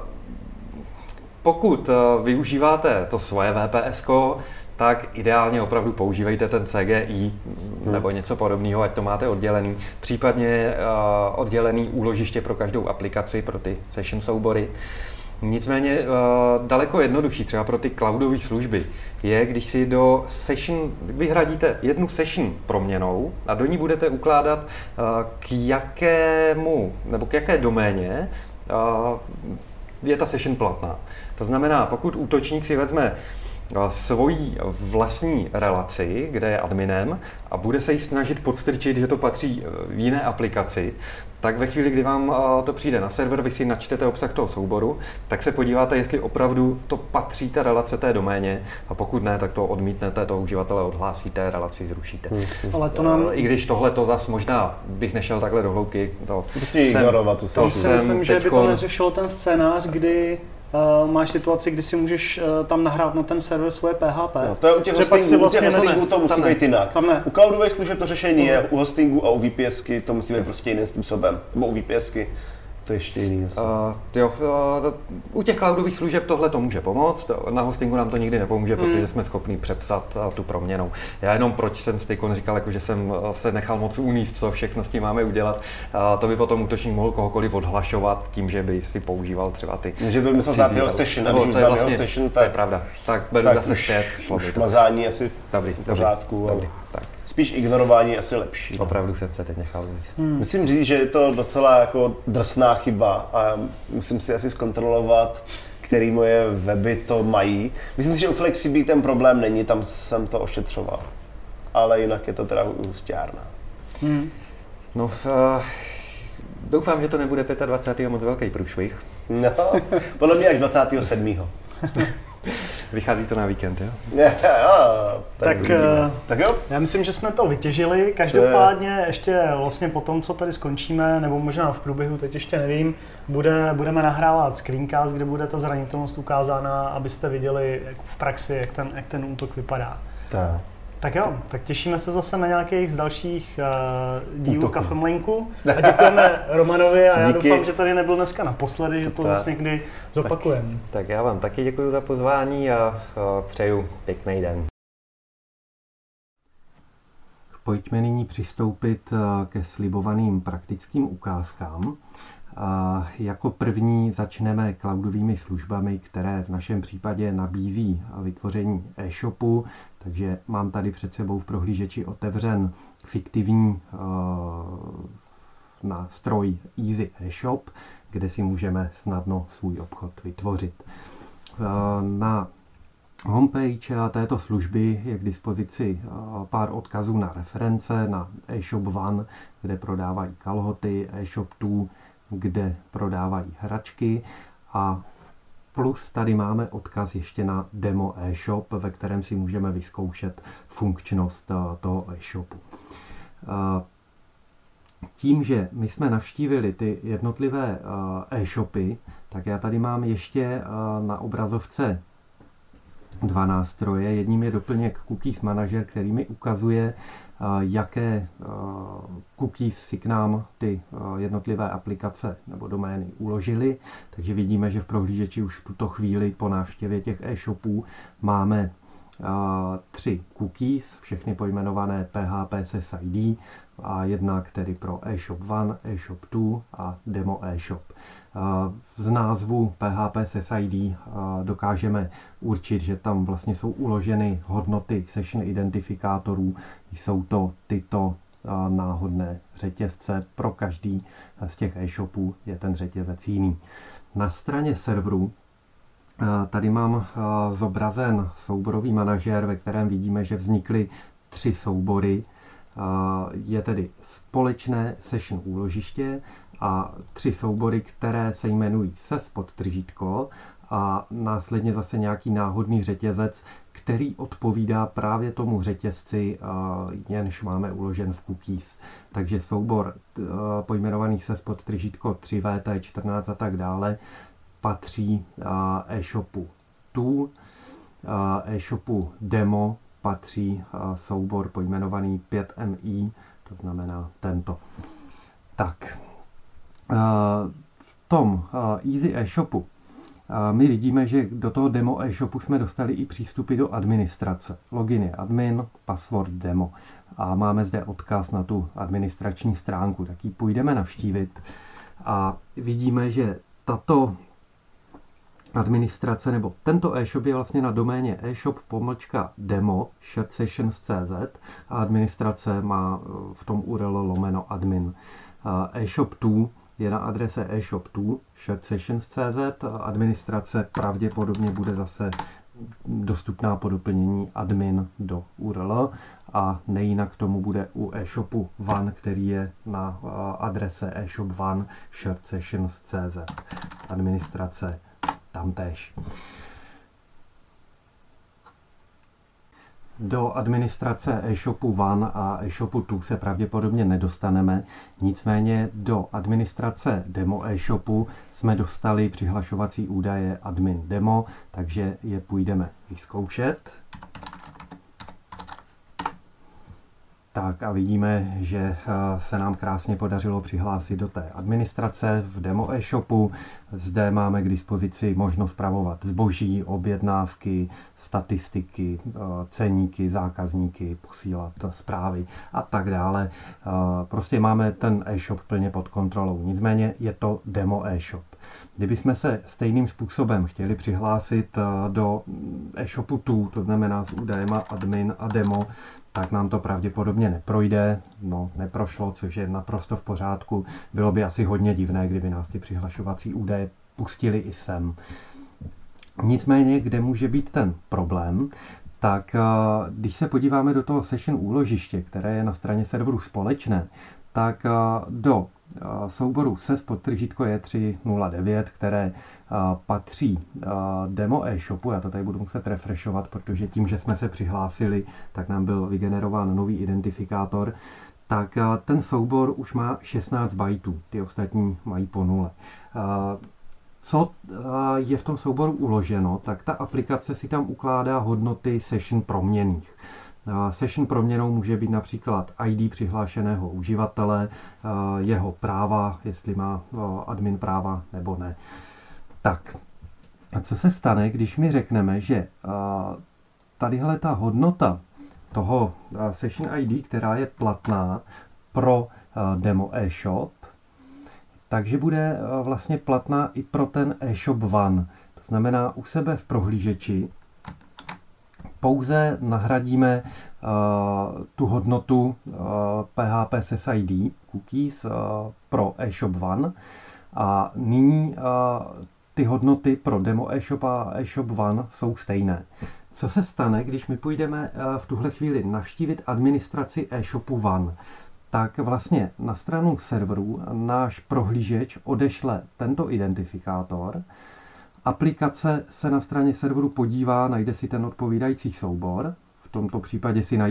pokud uh, využíváte to svoje V P S ko, tak ideálně opravdu používejte ten C G I hmm. nebo něco podobného, ať to máte oddělený. Případně uh, oddělený úložiště pro každou aplikaci, pro ty session soubory. Nicméně uh, daleko jednodušší, třeba pro ty cloudové služby, je, když si do session vyhradíte jednu session proměnou a do ní budete ukládat uh, k jakému, nebo k jaké doméně uh, je ta session platná. To znamená, pokud útočník si vezme svoji vlastní relaci, kde je adminem a bude se jí snažit podstrčit, že to patří v jiné aplikaci, tak ve chvíli, kdy vám to přijde na server, vy si načtete obsah toho souboru, tak se podíváte, jestli opravdu to patří té relace té doméně a pokud ne, tak to odmítnete, toho uživatele odhlásíte, relaci zrušíte. Hmm. Ale to nám... I když tohle to zas možná bych nešel takhle do hloubky. To prostě ignorovat tu to si myslím, že by to neřešilo ten scénář, kdy Uh, máš situaci, kdy si můžeš uh, tam nahrát na ten server svoje P H P. No, to je u těch hostingů, vlastně hostingů to musí být jinak. U cloudových služeb to řešení je, u hostingu a u VPSky to musí být prostě jiným způsobem. Nebo u VPSky to ještě jiný. Uh, jo, uh, u těch cloudových služeb tohle to může pomoct, na hostingu nám to nikdy nepomůže, mm. protože jsme schopni přepsat uh, tu proměnou. Já jenom proč jsem z Tykon říkal, jako, že jsem uh, se nechal moc uníst, co všechno s tím máme udělat. Uh, to by potom útočník mohl kohokoliv odhlašovat tím, že by si používal třeba ty... Že by myslel znát jeho session, a když už znám vlastně, jeho session, tak... To je pravda, tak beru tak zase zpět, šlo by to. Mazání asi dobrý, v pořádku. Dobrý, tak. Spíš ignorování asi lepší. Opravdu jsem se teď nechal ujíst. Hmm. Musím říct, že je to docela jako drsná chyba a musím si asi zkontrolovat, který moje weby to mají. Myslím si, že u FlexiBee ten problém není, tam jsem to ošetřoval. Ale jinak je to teda husťárna. Hmm. No, uh, doufám, že to nebude dvacátého pátého moc velký průšvih. No, podle mě až dvacátého sedmého Vychází to na víkend, jo? Yeah, oh, tak, tak, uh, tak jo? Já myslím, že jsme to vytěžili. Každopádně ještě vlastně po tom, co tady skončíme, nebo možná v průběhu, teď ještě nevím, bude, budeme nahrávat screencast, kde bude ta zranitelnost ukázána, abyste viděli v praxi, jak ten, jak ten útok vypadá. Tak. Tak jo, tak těšíme se zase na nějakých z dalších uh, dílů Kafemlinku a děkujeme Romanovi a já Díky. Doufám, že tady nebyl dneska naposledy, že to zase někdy zopakujeme. Tak, tak já vám taky děkuji za pozvání a uh, přeju pěkný den. Pojďme nyní přistoupit uh, ke slibovaným praktickým ukázkám. A jako první začneme cloudovými službami, které v našem případě nabízí vytvoření e-shopu. Takže mám tady před sebou v prohlížeči otevřen fiktivní uh, nástroj Easy e-shop, kde si můžeme snadno svůj obchod vytvořit. Uh, na homepage této služby je k dispozici uh, pár odkazů na reference, na e-shop one, kde prodávají kalhoty, e-shop two, kde prodávají hračky a plus tady máme odkaz ještě na demo e-shop, ve kterém si můžeme vyzkoušet funkčnost toho e-shopu. tím, že my jsme navštívili ty jednotlivé e-shopy, tak já tady mám ještě na obrazovce dva nástroje. Jedním je doplněk Cookies Manager, který mi ukazuje, jaké cookies si k nám ty jednotlivé aplikace nebo domény uložily. Takže vidíme, že v prohlížeči už v tuto chvíli po návštěvě těch e-shopů máme tři cookies, všechny pojmenované P H P S S I D a jednak tedy pro eShop jedna, eShop dva a Demo eShop. Z názvu P H P S S I D dokážeme určit, že tam vlastně jsou uloženy hodnoty session identifikátorů. Jsou to tyto náhodné řetězce. Pro každý z těch e-shopů je ten řetězec jiný. Na straně serveru tady mám zobrazen souborový manažer, ve kterém vidíme, že vznikly tři soubory. Je tedy společné session úložiště a tři soubory, které se jmenují ses podtržítko a následně zase nějaký náhodný řetězec, který odpovídá právě tomu řetězci, jenž máme uložen v cookies. Takže soubor pojmenovaný ses podtržítko tři V T čtrnáct a tak dále patří e-shopu dva, e-shopu Demo patří soubor pojmenovaný pět M I, to znamená tento. Tak, v tom Easy e-shopu my vidíme, že do toho Demo e-shopu jsme dostali i přístupy do administrace. Login je admin, password demo. A máme zde odkaz na tu administrační stránku, tak ji půjdeme navštívit. A vidíme, že tato administrace, nebo tento e-shop je vlastně na doméně e-shop pomlčka demo shared sessions tečka cé zet a administrace má v tom U R L lomeno admin. E-shop dva je na adrese e-shop dva shared sessions tečka cé zet a administrace pravděpodobně bude zase dostupná po doplnění admin do U R L a nejinak tomu bude u e-shopu jedna, který je na adrese e-shop jedna shared sessions tečka cé zet. Administrace tamtéž. Do administrace e-shopu jedna a e-shopu dva se pravděpodobně nedostaneme, nicméně do administrace demo e-shopu jsme dostali přihlašovací údaje admin demo, takže je půjdeme vyzkoušet. Tak a vidíme, že se nám krásně podařilo přihlásit do té administrace v demo e-shopu. Zde máme k dispozici možnost spravovat zboží, objednávky, statistiky, ceníky, zákazníky, posílat zprávy a tak dále. Prostě máme ten e-shop plně pod kontrolou. Nicméně je to demo e-shop. Kdybychom se stejným způsobem chtěli přihlásit do e-shopu dva, to znamená s údajema admin a demo, tak nám to pravděpodobně neprojde. No, neprošlo, což je naprosto v pořádku. Bylo by asi hodně divné, kdyby nás ty přihlašovací údaje pustili i sem. Nicméně, kde může být ten problém, tak když se podíváme do toho session úložiště, které je na straně serveru společné, tak do souboru ses podtržítko E tři nula devět, které patří demo e-shopu, já to tady budu muset refreshovat, protože tím, že jsme se přihlásili, tak nám byl vygenerován nový identifikátor, tak ten soubor už má šestnáct bajtů, ty ostatní mají po nule. Co je v tom souboru uloženo, tak ta aplikace si tam ukládá hodnoty session proměnných. Session proměnou může být například I D přihlášeného uživatele, jeho práva, jestli má admin práva nebo ne. Tak, a co se stane, když mi řekneme, že tadyhle ta hodnota toho Session I D, která je platná pro demo e-shop, takže bude vlastně platná i pro ten e-shop jedna. To znamená, u sebe v prohlížeči pouze nahradíme uh, tu hodnotu uh, P H P S S I D cookies uh, pro e-shop jedna a nyní uh, ty hodnoty pro demo e-shop a e-shop jedna jsou stejné. Co se stane, když my půjdeme uh, v tuhle chvíli navštívit administraci e-shopu jedna? Tak vlastně na stranu serveru náš prohlížeč odešle tento identifikátor. Aplikace se na straně serveru podívá, najde si ten odpovídající soubor. V tomto případě si najde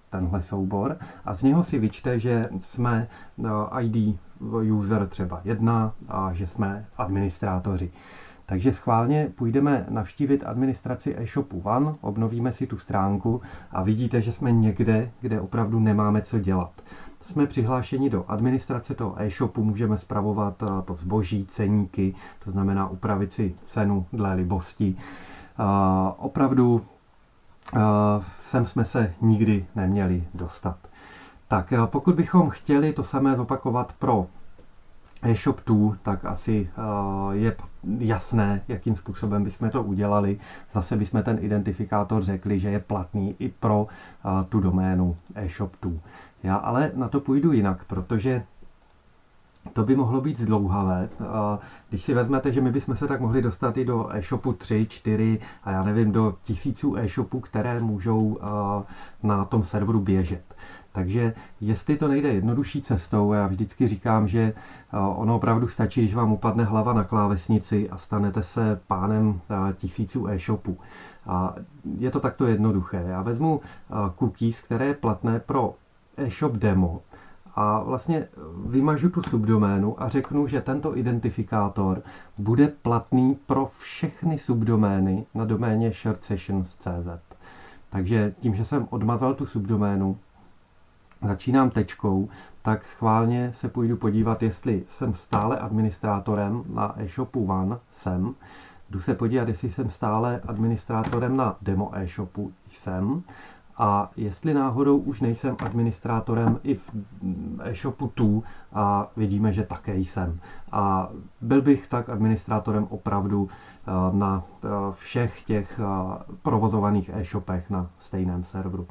tenhle soubor a z něho si vyčte, že jsme I D user třeba jedna a že jsme administrátoři. Takže schválně půjdeme navštívit administraci e-shopu One, obnovíme si tu stránku a vidíte, že jsme někde, kde opravdu nemáme co dělat. Jsme přihlášeni do administrace toho e-shopu, můžeme spravovat to zboží, ceníky, to znamená upravit si cenu dle libosti. Opravdu sem jsme se nikdy neměli dostat. Tak pokud bychom chtěli to samé zopakovat pro eShop dva, tak asi je jasné, jakým způsobem bychom to udělali. Zase bychom ten identifikátor řekli, že je platný i pro tu doménu eShop dva. Já ale na to půjdu jinak, protože to by mohlo být zdlouhavé. Když si vezmete, že my bychom se tak mohli dostat i do e-shopu tři, čtyři a já nevím, do tisíců e-shopů, které můžou na tom serveru běžet. Takže jestli to nejde jednodušší cestou, já vždycky říkám, že ono opravdu stačí, když vám upadne hlava na klávesnici a stanete se pánem tisíců e-shopů. Je to takto jednoduché. Já vezmu cookies, které je platné pro e-shop demo, a vlastně vymažu tu subdoménu a řeknu, že tento identifikátor bude platný pro všechny subdomény na doméně shared sessions tečka cé zet. Takže tím, že jsem odmazal tu subdoménu, začínám tečkou, tak schválně se půjdu podívat, jestli jsem stále administrátorem na e-shopu One, jsem. Jdu se podívat, jestli jsem stále administrátorem na demo e-shopu, jsem. A jestli náhodou už nejsem administrátorem i v e-shopu dva a vidíme, že také jsem. A byl bych tak administrátorem opravdu na všech těch provozovaných e-shopech na stejném serveru.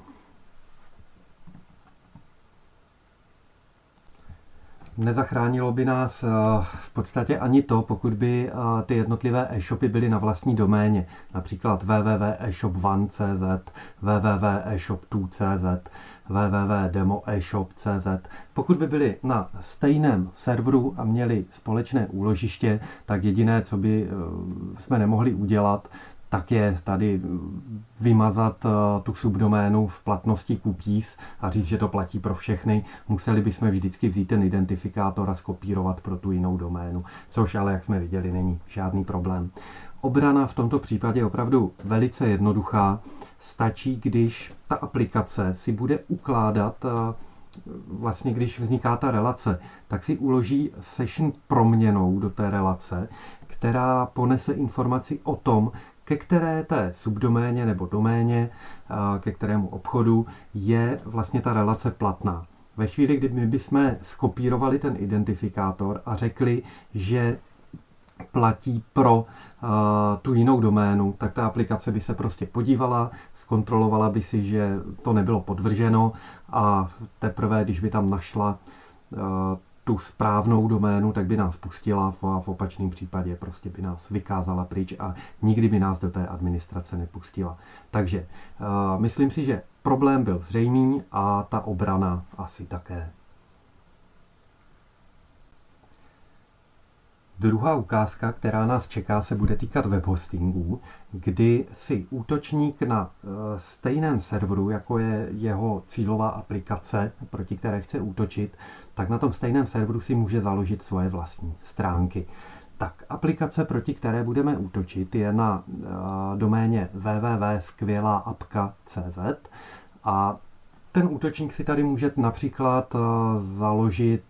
Nezachránilo by nás v podstatě ani to, pokud by ty jednotlivé e-shopy byly na vlastní doméně. Například w w w tečka e shop one tečka cé zet, w w w tečka e shop two tečka cé zet, w w w tečka demo e shop tečka cé zet. Pokud by byly na stejném serveru a měli společné úložiště, tak jediné, co by jsme nemohli udělat, tak je tady vymazat tu subdoménu v platnosti cookies a říct, že to platí pro všechny. Museli bychom vždycky vzít ten identifikátor a skopírovat pro tu jinou doménu, což ale, jak jsme viděli, není žádný problém. Obrana v tomto případě je opravdu velice jednoduchá. Stačí, když ta aplikace si bude ukládat, vlastně když vzniká ta relace, tak si uloží session proměnou do té relace, která ponese informaci o tom, ke které té subdoméně nebo doméně, ke kterému obchodu je vlastně ta relace platná. Ve chvíli, kdy my bychom skopírovali ten identifikátor a řekli, že platí pro uh, tu jinou doménu, tak ta aplikace by se prostě podívala, zkontrolovala by si, že to nebylo podvrženo a teprve, když by tam našla uh, tu správnou doménu, tak by nás pustila a v opačném případě prostě by nás vykázala pryč a nikdy by nás do té administrace nepustila. Takže uh, myslím si, že problém byl zřejmý a ta obrana asi také. Druhá ukázka, která nás čeká, se bude týkat webhostingů, kdy si útočník na stejném serveru, jako je jeho cílová aplikace, proti které chce útočit, tak na tom stejném serveru si může založit svoje vlastní stránky. Tak aplikace, proti které budeme útočit, je na doméně w w w tečka skvělá apka tečka cé zet a ten útočník si tady může například založit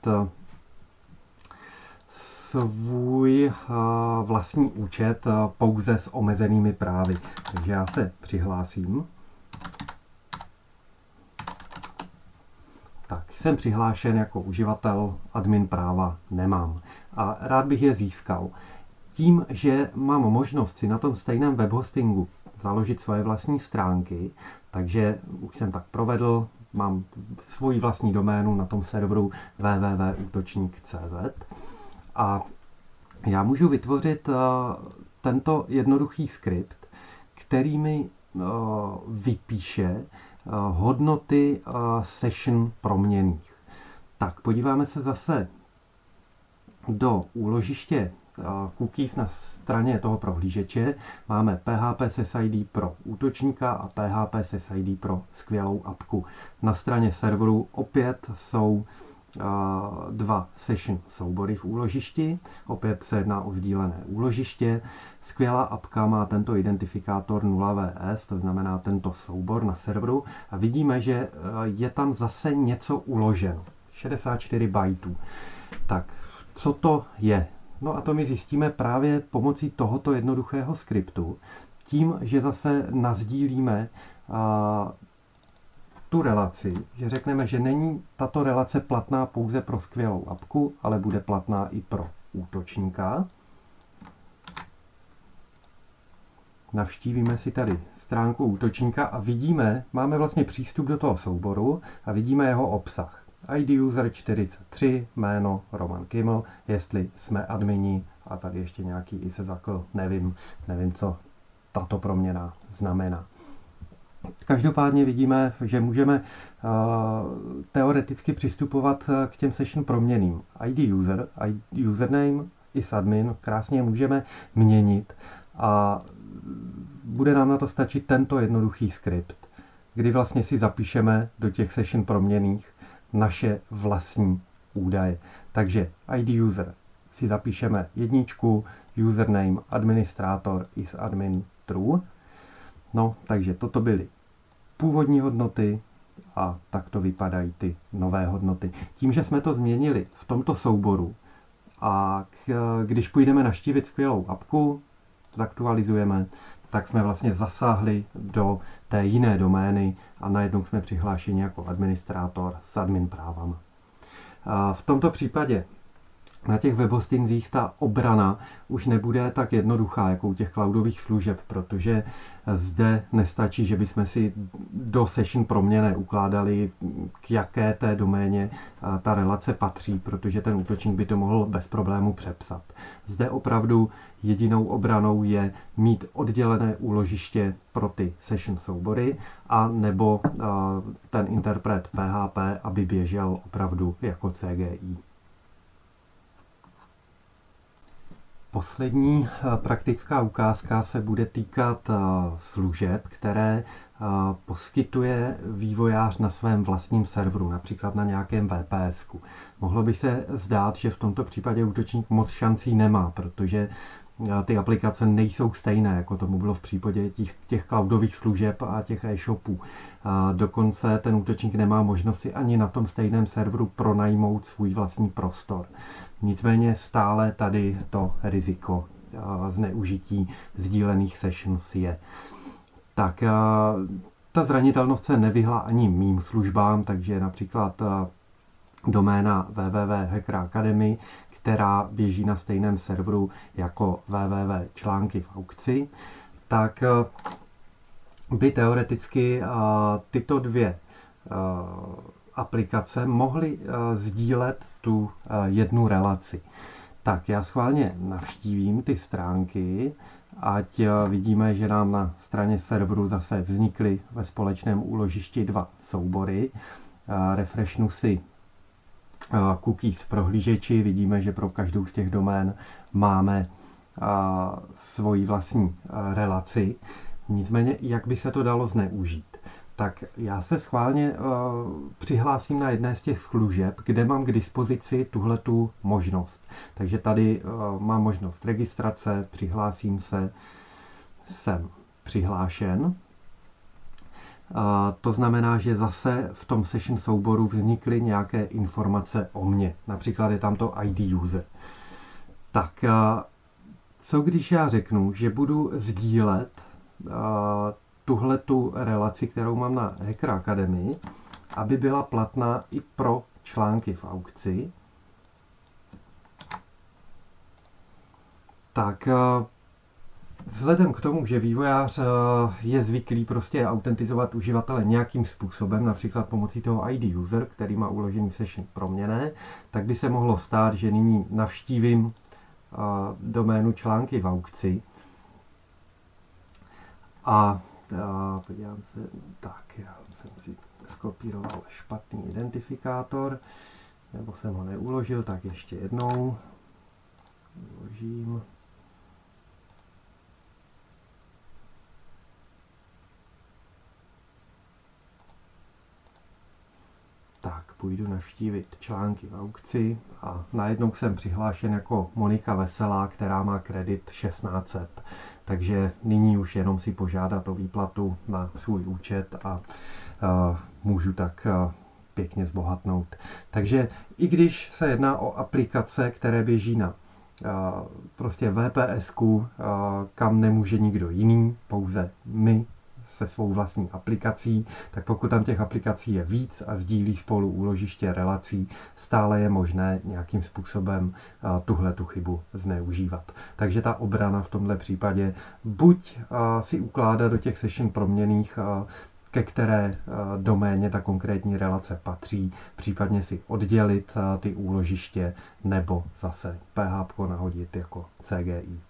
svůj vlastní účet pouze s omezenými právy. Takže já se přihlásím. Tak, jsem přihlášen jako uživatel, admin práva nemám. A rád bych je získal. Tím, že mám možnost si na tom stejném webhostingu založit svoje vlastní stránky, takže už jsem tak provedl, mám svoji vlastní doménu na tom serveru w w w tečka útočník tečka cé zet. A já můžu vytvořit uh, tento jednoduchý skript, který mi uh, vypíše uh, hodnoty uh, session proměnných. Tak, podíváme se zase do úložiště cookies na straně toho prohlížeče. Máme P H P S S I D pro útočníka a P H P S S I D pro skvělou apku. Na straně serveru opět jsou dva session soubory v úložišti. Opět se jedná o sdílené úložiště. Skvělá apka má tento identifikátor nula V S, to znamená tento soubor na serveru. A vidíme, že je tam zase něco uloženo. šedesát čtyři bajtů. Tak, co to je? No a to my zjistíme právě pomocí tohoto jednoduchého skriptu. Tím, že zase nazdílíme a, tu relaci, že řekneme, že není tato relace platná pouze pro skvělou apku, ale bude platná i pro útočníka. Navštívíme si tady stránku útočníka a vidíme, máme vlastně přístup do toho souboru a vidíme jeho obsah. I D user čtyřicet tři, jméno Roman Kimmel, jestli jsme admini a tady ještě nějaký I S E zakl, nevím, nevím, co tato proměna znamená. Každopádně vidíme, že můžeme uh, teoreticky přistupovat k těm session proměnným. I D user, I D username, I S admin, krásně můžeme měnit a bude nám na to stačit tento jednoduchý skript, kdy vlastně si zapíšeme do těch session proměnných naše vlastní údaje. Takže I D user si zapíšeme jedničku, username, administrátor, is admin, true. No, takže toto byly původní hodnoty a takto vypadají ty nové hodnoty. Tím, že jsme to změnili v tomto souboru a k, když půjdeme navštívit skvělou apku, zaktualizujeme, tak jsme vlastně zasáhli do té jiné domény a najednou jsme přihlášeni jako administrátor s admin právama. V tomto případě na těch webhostingzích ta obrana už nebude tak jednoduchá jako u těch cloudových služeb, protože zde nestačí, že bychom si do session proměnné ukládali, k jaké té doméně ta relace patří, protože ten útočník by to mohl bez problému přepsat. Zde opravdu jedinou obranou je mít oddělené úložiště pro ty session soubory a nebo ten interpret P H P, aby běžel opravdu jako C G I. Poslední praktická ukázka se bude týkat služeb, které poskytuje vývojář na svém vlastním serveru, například na nějakém V P S ku. Mohlo by se zdát, že v tomto případě útočník moc šancí nemá, protože ty aplikace nejsou stejné, jako tomu bylo v případě těch, těch cloudových služeb a těch e-shopů. A dokonce ten útočník nemá možnost si ani na tom stejném serveru pronajmout svůj vlastní prostor. Nicméně stále tady to riziko zneužití sdílených sessions je. Tak ta zranitelnost se nevyhla ani mým službám, takže například doména w w w tečka hacker academy, která běží na stejném serveru jako w w w tečka články v aukci, tak by teoreticky tyto dvě aplikace mohly sdílet tu jednu relaci. Tak já schválně navštívím ty stránky, ať vidíme, že nám na straně serveru zase vznikly ve společném úložišti dva soubory. Refreshnu si cookies v prohlížeči, vidíme, že pro každou z těch domén máme svoji vlastní relaci. Nicméně, jak by se to dalo zneužít? Tak já se schválně uh, přihlásím na jedné z těch služeb, kde mám k dispozici tuhletu možnost. Takže tady uh, mám možnost registrace, přihlásím se, jsem přihlášen. Uh, to znamená, že zase v tom session souboru vznikly nějaké informace o mně. Například je tam to I D user. Tak uh, co když já řeknu, že budu sdílet uh, tuhletu relaci, kterou mám na Hacker Academy, aby byla platná i pro články v aukci. Tak vzhledem k tomu, že vývojář je zvyklý prostě autentizovat uživatele nějakým způsobem, například pomocí toho I D user, který má uložený session proměnné, tak by se mohlo stát, že nyní navštívím doménu články v aukci a A podívám se, tak já jsem si skopíroval špatný identifikátor, nebo jsem ho neuložil, tak ještě jednou. Vložím. Tak, půjdu navštívit články v aukci a najednou jsem přihlášen jako Monika Veselá, která má kredit šestnáct set. Takže nyní už jenom si požádat o výplatu na svůj účet a uh, můžu tak uh, pěkně zbohatnout. Takže i když se jedná o aplikace, které běží na uh, prostě V P S ku, uh, kam nemůže nikdo jiný, pouze my se svou vlastní aplikací, tak pokud tam těch aplikací je víc a sdílí spolu úložiště relací, stále je možné nějakým způsobem tuhle tu chybu zneužívat. Takže ta obrana v tomhle případě buď si ukládá do těch session proměnných, ke které doméně ta konkrétní relace patří, případně si oddělit ty úložiště, nebo zase P H P nahodit jako C G I.